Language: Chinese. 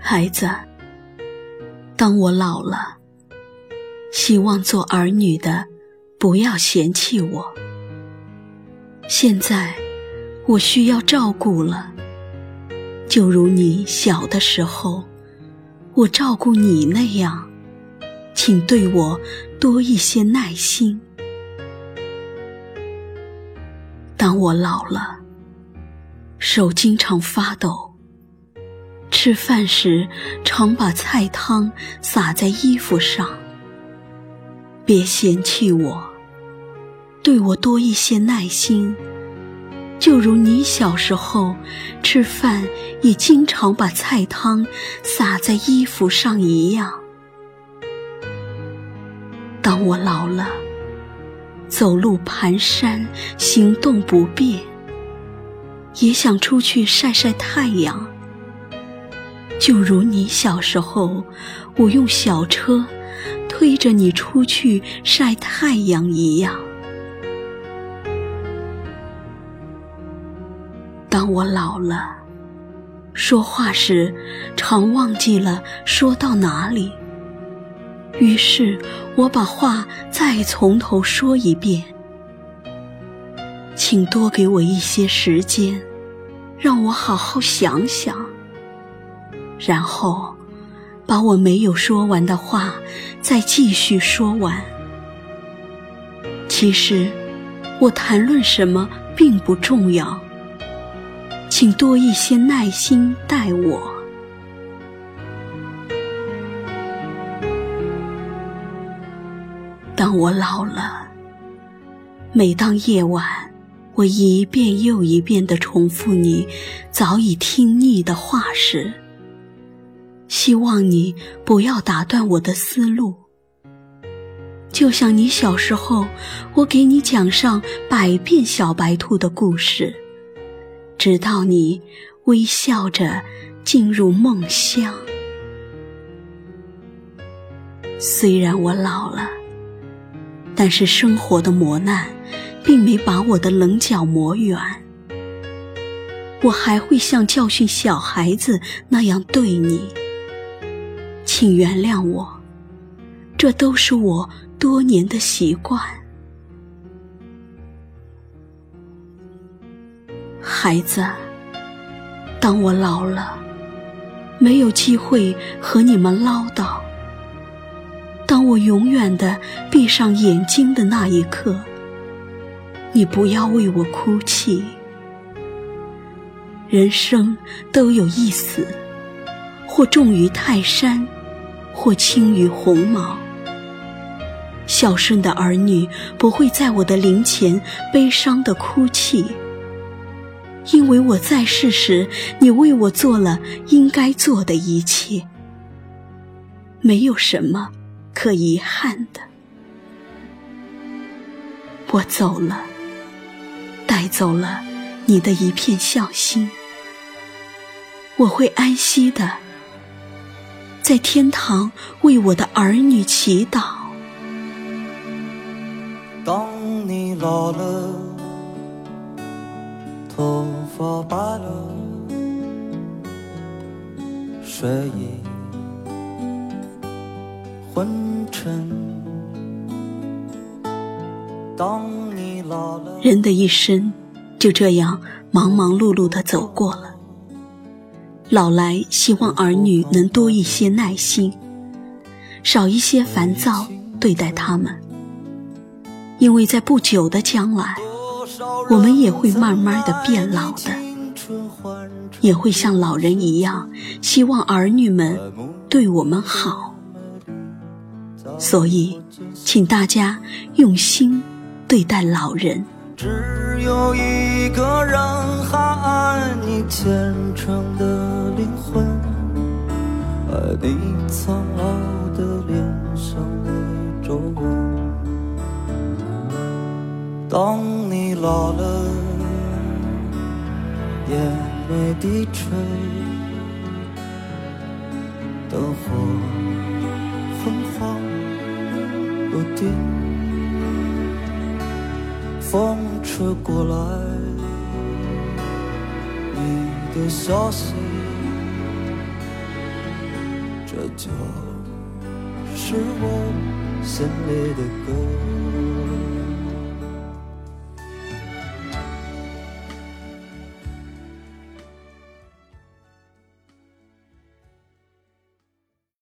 孩子，当我老了，希望做儿女的不要嫌弃我。现在我需要照顾了，就如你小的时候我照顾你那样，请对我多一些耐心。当我老了，手经常发抖，吃饭时常把菜汤洒在衣服上，别嫌弃我，对我多一些耐心，就如你小时候吃饭也经常把菜汤洒在衣服上一样。当我老了，走路蹒跚，行动不便，也想出去晒晒太阳，就如你小时候我用小车推着你出去晒太阳一样。当我老了，说话时常忘记了说到哪里，于是我把话再从头说一遍。请多给我一些时间，让我好好想想，然后把我没有说完的话再继续说完。其实我谈论什么并不重要，请多一些耐心待我。当我老了，每当夜晚我一遍又一遍地重复你早已听腻的话时，希望你不要打断我的思路，就像你小时候我给你讲上100遍小白兔的故事，直到你微笑着进入梦乡。虽然我老了，但是生活的磨难并没把我的棱角磨圆，我还会像教训小孩子那样对你。请原谅我，这都是我多年的习惯。孩子，当我老了，没有机会和你们唠叨，当我永远地闭上眼睛的那一刻，你不要为我哭泣。人生都有一死，或重于泰山，或轻于鸿毛。孝顺的儿女不会在我的灵前悲伤地哭泣，因为我在世时，你为我做了应该做的一切，没有什么可遗憾的。我走了，带走了你的一片孝心，我会安息的在天堂为我的儿女祈祷。 当你老了，头发白了，睡意昏沉。当你老了， 人的一生就这样忙忙碌碌地走过了。老来希望儿女能多一些耐心，少一些烦躁对待他们，因为在不久的将来，我们也会慢慢地变老的，也会像老人一样希望儿女们对我们好。所以请大家用心对待老人。 只有一个人还爱你虔诚的灵魂，爱你苍老的脸上的皱纹。当你老了，眼眉低垂，灯火昏黄不定，风吹过来你的消息， 就是我心里的歌。